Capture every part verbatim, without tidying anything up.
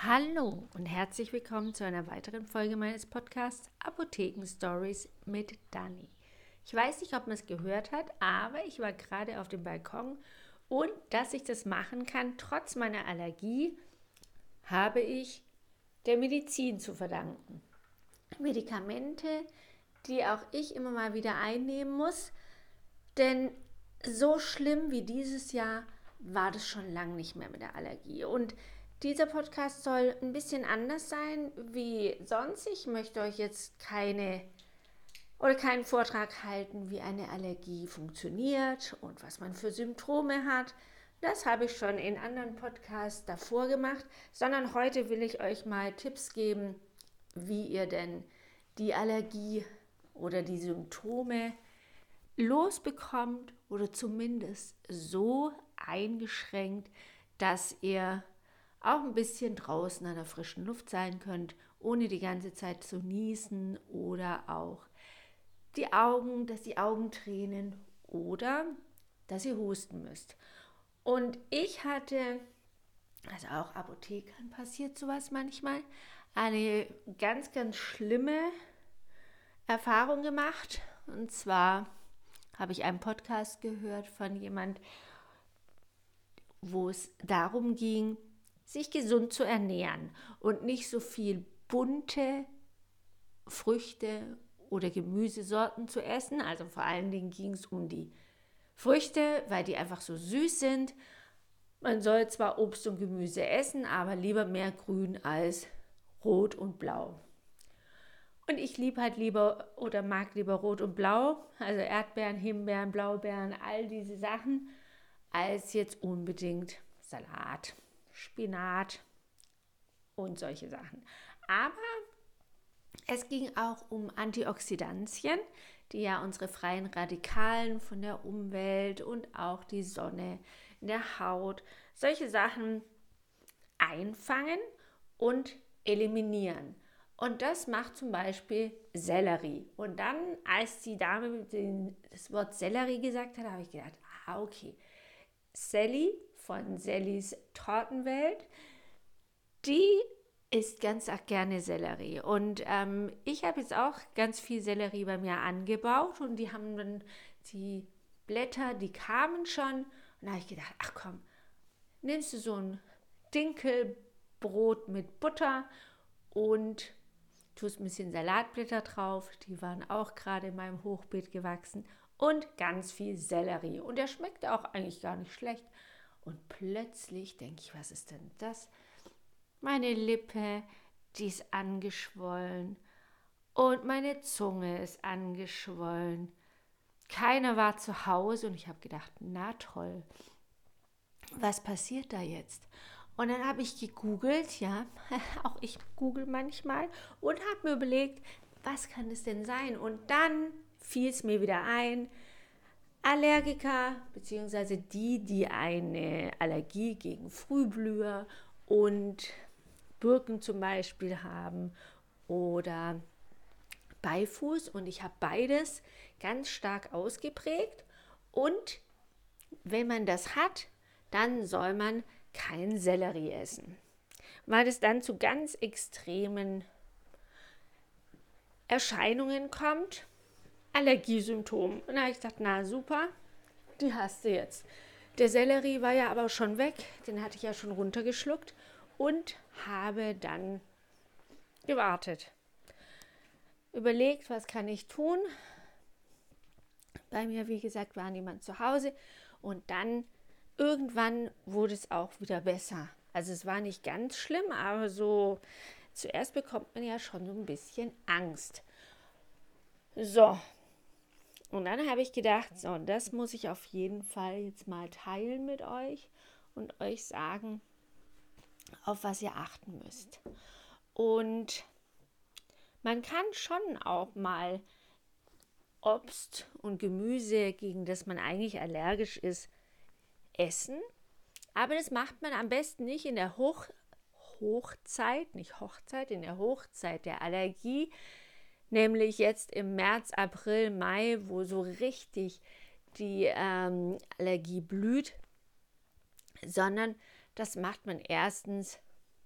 Hallo und herzlich willkommen zu einer weiteren Folge meines Podcasts Apotheken Stories mit Dani. Ich weiß nicht, ob man es gehört hat, aber ich war gerade auf dem Balkon und dass ich das machen kann, trotz meiner Allergie, habe ich der Medizin zu verdanken. Medikamente, die auch ich immer mal wieder einnehmen muss, denn so schlimm wie dieses Jahr war das schon lange nicht mehr mit der Allergie. Und dieser Podcast soll ein bisschen anders sein wie sonst. Ich möchte euch jetzt keine oder keinen Vortrag halten, wie eine Allergie funktioniert und was man für Symptome hat. Das habe ich schon in anderen Podcasts davor gemacht, sondern heute will ich euch mal Tipps geben, wie ihr denn die Allergie oder die Symptome losbekommt oder zumindest so eingeschränkt, dass ihr auch ein bisschen draußen an der frischen Luft sein könnt, ohne die ganze Zeit zu niesen oder auch die Augen, dass die Augen tränen oder dass ihr husten müsst. Und ich hatte, also auch Apothekern passiert sowas manchmal, eine ganz, ganz schlimme Erfahrung gemacht. Und zwar habe ich einen Podcast gehört von jemand, wo es darum ging, sich gesund zu ernähren und nicht so viel bunte Früchte oder Gemüsesorten zu essen. Also vor allen Dingen ging es um die Früchte, weil die einfach so süß sind. Man soll zwar Obst und Gemüse essen, aber lieber mehr grün als rot und blau. Und ich liebe halt lieber oder mag lieber rot und blau, also Erdbeeren, Himbeeren, Blaubeeren, all diese Sachen, als jetzt unbedingt Salat, Spinat und solche Sachen. Aber es ging auch um Antioxidantien, die ja unsere freien Radikalen von der Umwelt und auch die Sonne in der Haut, solche Sachen einfangen und eliminieren. Und das macht zum Beispiel Sellerie. Und dann, als die Dame das Wort Sellerie gesagt hat, habe ich gedacht, ah, okay, Sally von Sallys Tortenwelt, die isst ganz auch gerne Sellerie. Und ähm, ich habe jetzt auch ganz viel Sellerie bei mir angebaut und die haben dann die Blätter, die kamen schon. Und da habe ich gedacht, ach komm, nimmst du so ein Dinkelbrot mit Butter und tust ein bisschen Salatblätter drauf. Die waren auch gerade in meinem Hochbeet gewachsen. Und ganz viel Sellerie. Und der schmeckt auch eigentlich gar nicht schlecht. Und plötzlich denke ich, was ist denn das? Meine Lippe, die ist angeschwollen. Und meine Zunge ist angeschwollen. Keiner war zu Hause und ich habe gedacht, na toll, was passiert da jetzt? Und dann habe ich gegoogelt, ja, auch ich google manchmal und habe mir überlegt, was kann es denn sein? Und dann fiel es mir wieder ein, Allergiker, beziehungsweise die, die eine Allergie gegen Frühblüher und Birken zum Beispiel haben oder Beifuß. Und ich habe beides ganz stark ausgeprägt. Und wenn man das hat, dann soll man kein Sellerie essen, weil es dann zu ganz extremen Erscheinungen kommt, Allergiesymptomen. Und da habe ich gedacht, na super, die hast du jetzt. Der Sellerie war ja aber schon weg, den hatte ich ja schon runtergeschluckt und habe dann gewartet. Überlegt, was kann ich tun. Bei mir, wie gesagt, war niemand zu Hause und dann irgendwann wurde es auch wieder besser. Also es war nicht ganz schlimm, aber so zuerst bekommt man ja schon so ein bisschen Angst. So, und dann habe ich gedacht, so, das muss ich auf jeden Fall jetzt mal teilen mit euch und euch sagen, auf was ihr achten müsst. Und man kann schon auch mal Obst und Gemüse, gegen das man eigentlich allergisch ist, essen. Aber das macht man am besten nicht in der Hoch- Hochzeit, nicht Hochzeit, in der Hochzeit der Allergie, nämlich jetzt im März, April, Mai, wo so richtig die ähm, Allergie blüht, sondern das macht man erstens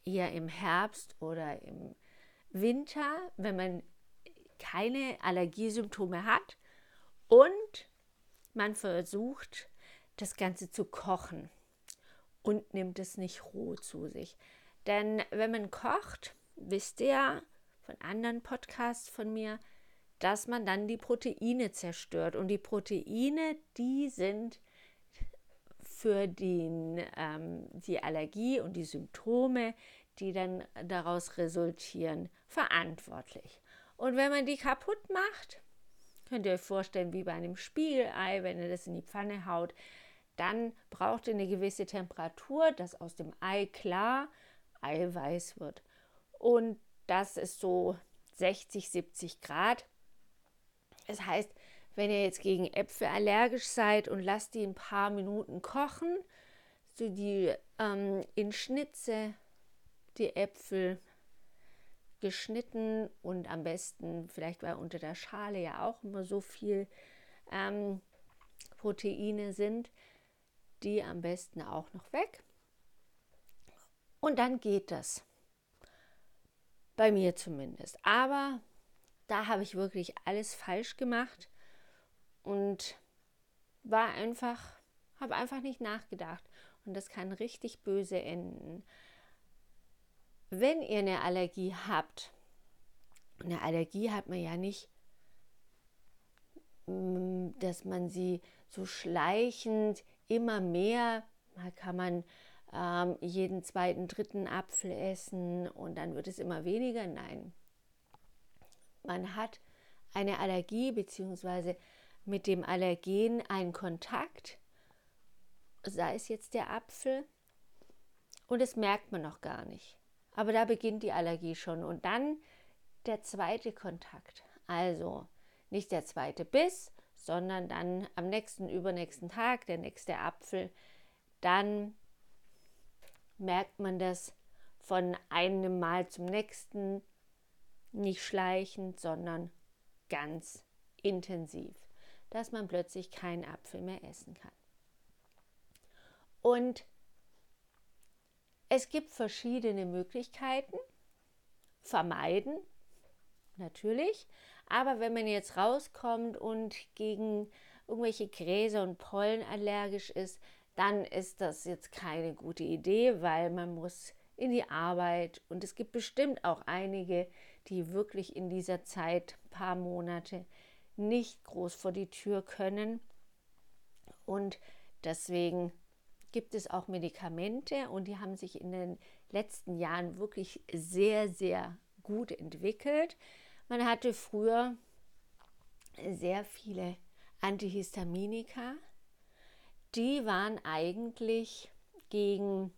eher im Herbst oder im Winter, wenn man keine Allergiesymptome hat und man versucht, das Ganze zu kochen und nimmt es nicht roh zu sich. Denn wenn man kocht, wisst ihr ja von anderen Podcasts von mir, dass man dann die Proteine zerstört. Und die Proteine, die sind für den, ähm, die Allergie und die Symptome, die dann daraus resultieren, verantwortlich. Und wenn man die kaputt macht, könnt ihr euch vorstellen, wie bei einem Spiegelei, wenn ihr das in die Pfanne haut, dann braucht ihr eine gewisse Temperatur, dass aus dem Ei klar Eiweiß wird. Und das ist so sechzig, siebzig Grad. Das heißt, wenn ihr jetzt gegen Äpfel allergisch seid und lasst die ein paar Minuten kochen, so die ähm, in Schnitze, die Äpfel geschnitten und am besten, vielleicht weil unter der Schale ja auch immer so viel ähm, Proteine sind, die am besten auch noch weg. Und dann geht das. Bei mir zumindest. Aber da habe ich wirklich alles falsch gemacht und war einfach, habe einfach nicht nachgedacht. Und das kann richtig böse enden. Wenn ihr eine Allergie habt, eine Allergie hat man ja nicht, dass man sie so schleichend immer mehr, mal kann man ähm, jeden zweiten, dritten Apfel essen und dann wird es immer weniger. Nein, man hat eine Allergie bzw. mit dem Allergen einen Kontakt, sei es jetzt der Apfel, und das merkt man noch gar nicht. Aber da beginnt die Allergie schon. Und dann der zweite Kontakt, also nicht der zweite Biss, sondern dann am nächsten, übernächsten Tag, der nächste Apfel, dann merkt man das von einem Mal zum nächsten, nicht schleichend, sondern ganz intensiv, dass man plötzlich keinen Apfel mehr essen kann. Und es gibt verschiedene Möglichkeiten, vermeiden natürlich, aber wenn man jetzt rauskommt und gegen irgendwelche Gräser und Pollen allergisch ist, dann ist das jetzt keine gute Idee, weil man muss in die Arbeit und es gibt bestimmt auch einige, die wirklich in dieser Zeit, ein paar Monate, nicht groß vor die Tür können. Und deswegen gibt es auch Medikamente und die haben sich in den letzten Jahren wirklich sehr, sehr gut entwickelt. Man hatte früher sehr viele Antihistaminika, die waren eigentlich gegen,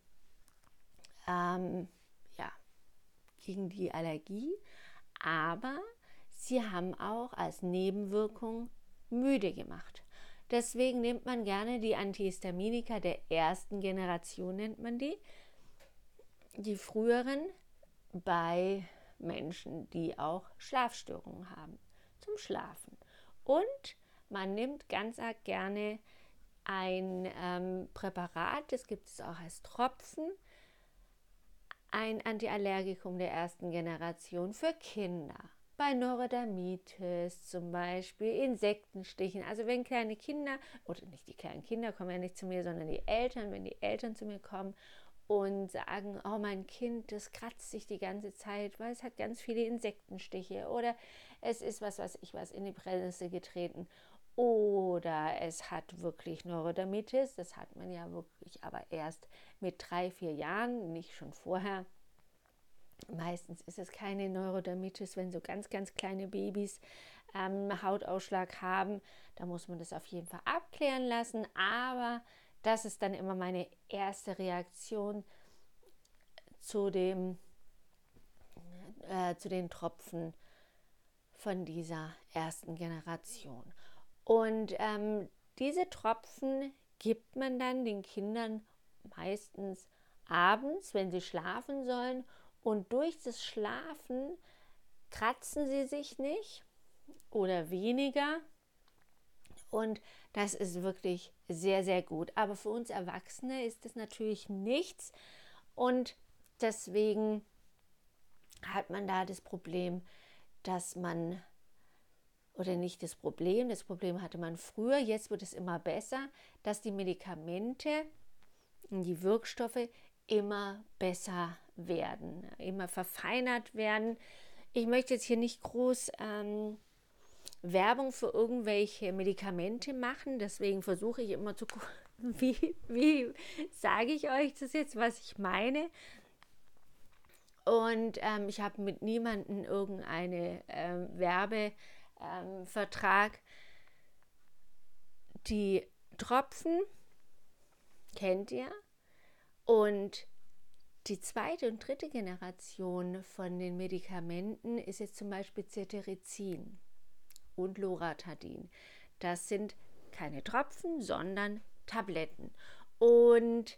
ähm, ja, gegen die Allergie, aber sie haben auch als Nebenwirkung müde gemacht. Deswegen nimmt man gerne die Antihistaminika der ersten Generation, nennt man die, die früheren, bei Menschen, die auch Schlafstörungen haben, zum Schlafen. Und man nimmt ganz arg gerne ein ähm, Präparat, das gibt es auch als Tropfen, ein Antiallergikum der ersten Generation für Kinder. Bei Neurodermitis zum Beispiel, Insektenstichen. Also wenn kleine Kinder, oder nicht die kleinen Kinder kommen ja nicht zu mir, sondern die Eltern, wenn die Eltern zu mir kommen und sagen, oh mein Kind, das kratzt sich die ganze Zeit, weil es hat ganz viele Insektenstiche oder es ist was, was ich was in die Brennnessel getreten oder es hat wirklich Neurodermitis, das hat man ja wirklich aber erst mit drei, vier Jahren, nicht schon vorher. Meistens ist es keine Neurodermitis, wenn so ganz, ganz kleine Babys ähm, Hautausschlag haben. Da muss man das auf jeden Fall abklären lassen. Aber das ist dann immer meine erste Reaktion zu, dem, äh, zu den Tropfen von dieser ersten Generation. Und ähm, diese Tropfen gibt man dann den Kindern meistens abends, wenn sie schlafen sollen. Und durch das Schlafen kratzen sie sich nicht oder weniger. Und das ist wirklich sehr, sehr gut. Aber für uns Erwachsene ist das natürlich nichts. Und deswegen hat man da das Problem, dass man, oder nicht das Problem, das Problem hatte man früher, jetzt wird es immer besser, dass die Medikamente und die Wirkstoffe immer besser werden, immer verfeinert werden. Ich möchte jetzt hier nicht groß ähm, Werbung für irgendwelche Medikamente machen, deswegen versuche ich immer zu gucken, wie, wie sage ich euch das jetzt, was ich meine. Und ähm, ich habe mit niemandem irgendeinen ähm, Werbevertrag. Ähm, die Tropfen kennt ihr. Und die zweite und dritte Generation von den Medikamenten ist jetzt zum Beispiel Cetirizin und Loratadin. Das sind keine Tropfen, sondern Tabletten. Und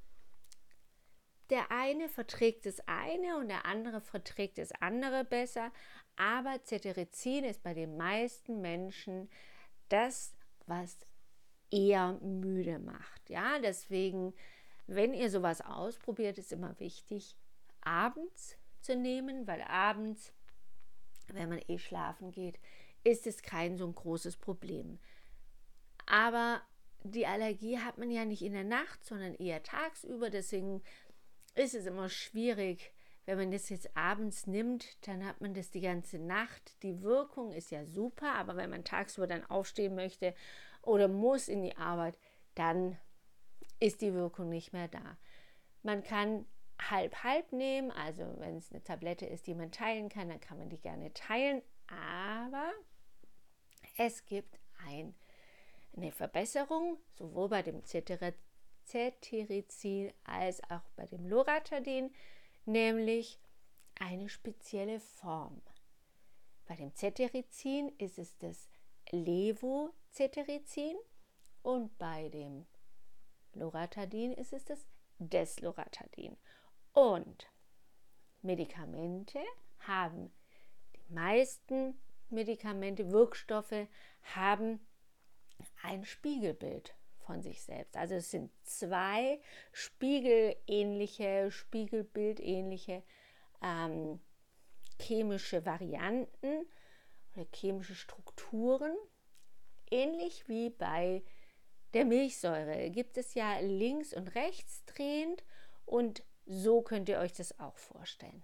der eine verträgt das eine und der andere verträgt das andere besser. Aber Cetirizin ist bei den meisten Menschen das, was eher müde macht. Ja, deswegen, wenn ihr sowas ausprobiert, ist immer wichtig, abends zu nehmen, weil abends, wenn man eh schlafen geht, ist es kein so ein großes Problem. Aber die Allergie hat man ja nicht in der Nacht, sondern eher tagsüber. Deswegen ist es immer schwierig, wenn man das jetzt abends nimmt, dann hat man das die ganze Nacht. Die Wirkung ist ja super, aber wenn man tagsüber dann aufstehen möchte oder muss in die Arbeit, dann ist die Wirkung nicht mehr da. Man kann halb-halb nehmen, also wenn es eine Tablette ist, die man teilen kann, dann kann man die gerne teilen, aber es gibt ein, eine Verbesserung, sowohl bei dem Cetirizin als auch bei dem Loratadin, nämlich eine spezielle Form. Bei dem Cetirizin ist es das Levocetirizin und bei dem Loratadin ist es das Desloratadin. Und Medikamente haben, die meisten Medikamente, Wirkstoffe haben ein Spiegelbild von sich selbst. Also es sind zwei spiegelähnliche, spiegelbildähnliche ähm, chemische Varianten oder chemische Strukturen, ähnlich wie bei der Milchsäure. Gibt es ja links und rechts drehend und so könnt ihr euch das auch vorstellen.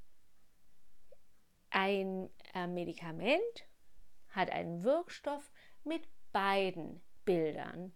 Ein äh, Medikament hat einen Wirkstoff mit beiden Bildern,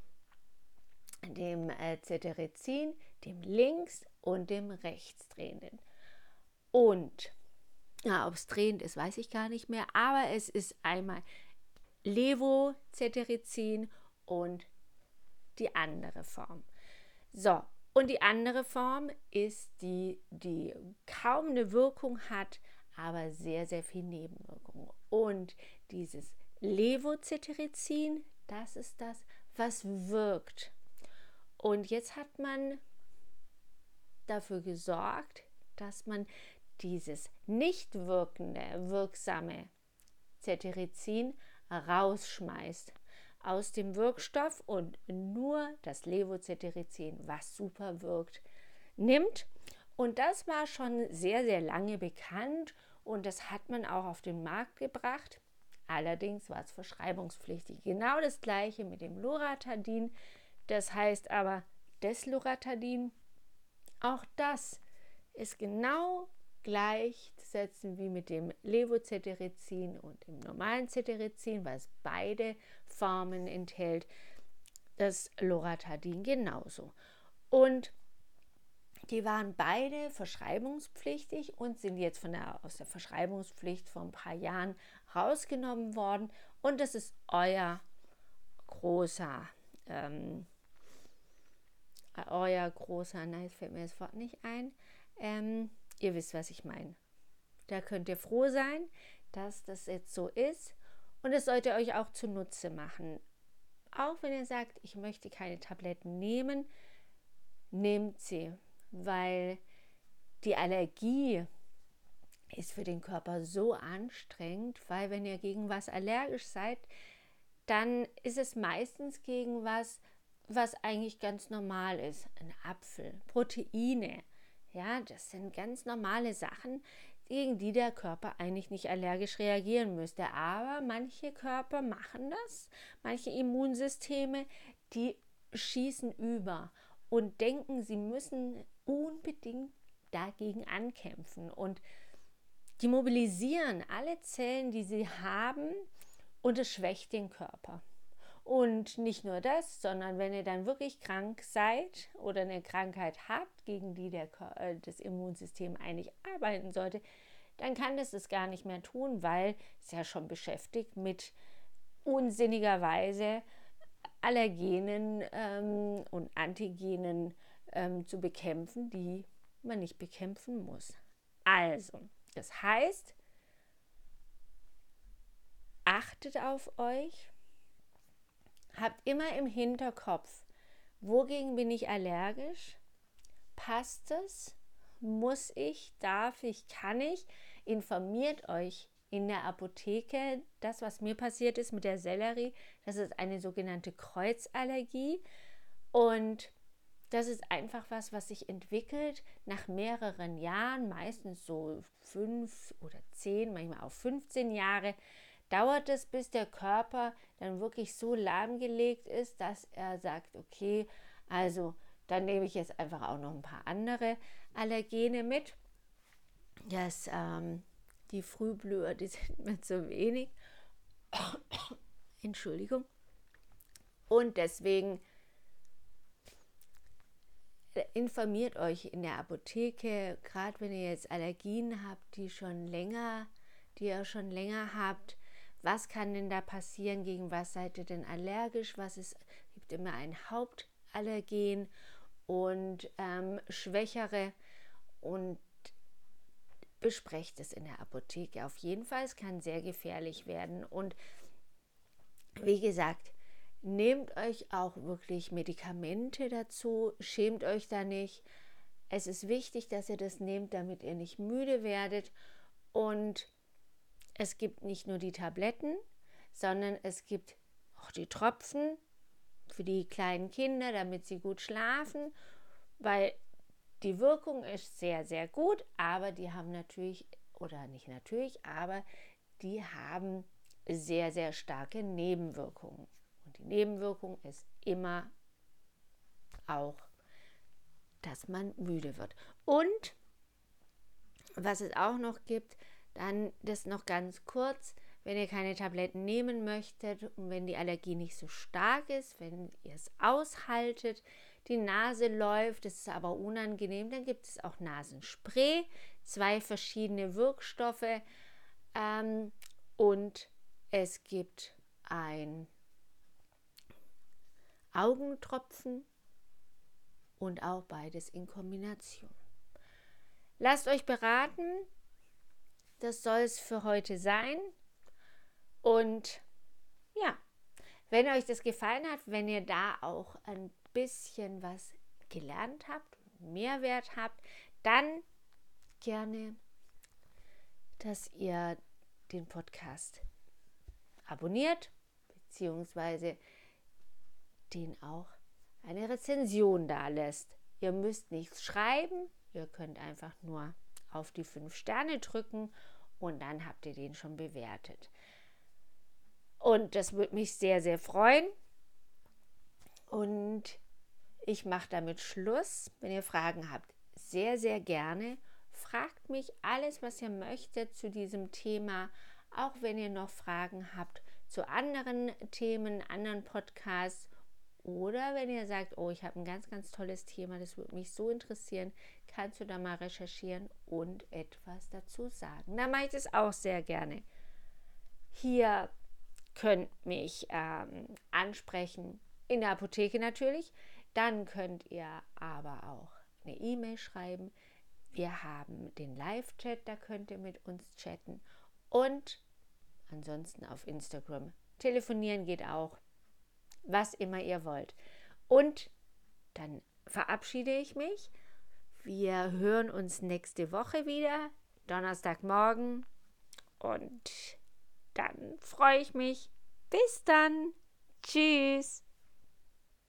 dem äh, Cetirizin, dem links und dem rechtsdrehenden. Und ja, ob es drehend ist, weiß ich gar nicht mehr, aber es ist einmal Levocetirizin und die andere Form. So, und die andere Form ist die, die kaum eine Wirkung hat, aber sehr, sehr viel Nebenwirkungen. Und dieses Levocetirizin, das ist das, was wirkt. Und jetzt hat man dafür gesorgt, dass man dieses nicht wirkende, wirksame Cetirizin rausschmeißt aus dem Wirkstoff und nur das Levocetirizin, was super wirkt, nimmt. Und das war schon sehr, sehr lange bekannt und das hat man auch auf den Markt gebracht. Allerdings war es verschreibungspflichtig. Genau das gleiche mit dem Loratadin. Das heißt aber Desloratadin. Auch das ist genau gleichzusetzen wie mit dem Levocetirizin und dem normalen Cetirizin, was beide Formen enthält. Das Loratadin genauso. Und die waren beide verschreibungspflichtig und sind jetzt von der, aus der Verschreibungspflicht vor ein paar Jahren rausgenommen worden. Und das ist euer großer, ähm, euer großer, nein, es fällt mir das Wort nicht ein, ähm, ihr wisst, was ich meine. Da könnt ihr froh sein, dass das jetzt so ist und es sollte euch auch zunutze machen. Auch wenn ihr sagt, ich möchte keine Tabletten nehmen, nehmt sie, weil die Allergie ist für den Körper so anstrengend, weil wenn ihr gegen was allergisch seid, dann ist es meistens gegen was, was eigentlich ganz normal ist. Ein Apfel, Proteine, Ja, das sind ganz normale Sachen, gegen die der Körper eigentlich nicht allergisch reagieren müsste. Aber manche Körper machen das, manche Immunsysteme, die schießen über und denken, sie müssen unbedingt dagegen ankämpfen. Und die mobilisieren alle Zellen, die sie haben, und es schwächt den Körper. Und nicht nur das, sondern wenn ihr dann wirklich krank seid oder eine Krankheit habt, gegen die der, das Immunsystem eigentlich arbeiten sollte, dann kann das es gar nicht mehr tun, weil es ja schon beschäftigt mit unsinnigerweise Allergenen ähm, und Antigenen ähm, zu bekämpfen, die man nicht bekämpfen muss. Also, das heißt, achtet auf euch. Habt immer im Hinterkopf, wogegen bin ich allergisch? Passt es? Muss ich? Darf ich? Kann ich? Informiert euch in der Apotheke. Das, was mir passiert ist mit der Sellerie, das ist eine sogenannte Kreuzallergie. Und das ist einfach was, was sich entwickelt nach mehreren Jahren, meistens so fünf oder zehn, manchmal auch fünfzehn Jahre. Dauert es, bis der Körper dann wirklich so lahmgelegt ist, dass er sagt, okay, also dann nehme ich jetzt einfach auch noch ein paar andere Allergene mit. Das, ähm, die Frühblüher, die sind mir zu wenig. Entschuldigung. Und deswegen informiert euch in der Apotheke, gerade wenn ihr jetzt Allergien habt, die schon länger, die ihr schon länger habt. Was kann denn da passieren? Gegen was seid ihr denn allergisch? Was ist, gibt immer ein Hauptallergen und ähm, schwächere, und besprecht es in der Apotheke. Auf jeden Fall, es kann sehr gefährlich werden. Und wie gesagt, nehmt euch auch wirklich Medikamente dazu, schämt euch da nicht. Es ist wichtig, dass ihr das nehmt, damit ihr nicht müde werdet. Und es gibt nicht nur die Tabletten, sondern es gibt auch die Tropfen für die kleinen Kinder, damit sie gut schlafen, weil die Wirkung ist sehr, sehr gut, aber die haben natürlich, oder nicht natürlich, aber die haben sehr, sehr starke Nebenwirkungen. Und die Nebenwirkung ist immer auch, dass man müde wird. Und was es auch noch gibt, dann das noch ganz kurz, wenn ihr keine Tabletten nehmen möchtet und wenn die Allergie nicht so stark ist, wenn ihr es aushaltet, die Nase läuft, das ist aber unangenehm, dann gibt es auch Nasenspray, zwei verschiedene Wirkstoffe ähm, und es gibt ein Augentropfen und auch beides in Kombination. Lasst euch beraten. Das soll es für heute sein. Und ja, wenn euch das gefallen hat, wenn ihr da auch ein bisschen was gelernt habt, Mehrwert habt, dann gerne, dass ihr den Podcast abonniert, beziehungsweise den auch eine Rezension da lässt. Ihr müsst nichts schreiben, ihr könnt einfach nur auf die fünf Sterne drücken und dann habt ihr den schon bewertet. Und das würde mich sehr, sehr freuen. Und ich mache damit Schluss. Wenn ihr Fragen habt, sehr, sehr gerne. Fragt mich alles, was ihr möchtet zu diesem Thema. Auch wenn ihr noch Fragen habt zu anderen Themen, anderen Podcasts. Oder wenn ihr sagt, oh, ich habe ein ganz, ganz tolles Thema, das würde mich so interessieren, kannst du da mal recherchieren und etwas dazu sagen. Da mache ich das auch sehr gerne. Hier könnt mich ähm, ansprechen, in der Apotheke natürlich. Dann könnt ihr aber auch eine E-Mail schreiben. Wir haben den Live-Chat, da könnt ihr mit uns chatten. Und ansonsten auf Instagram. Telefonieren geht auch. Was immer ihr wollt. Und dann verabschiede ich mich. Wir hören uns nächste Woche wieder, Donnerstagmorgen. Und dann freue ich mich. Bis dann. Tschüss.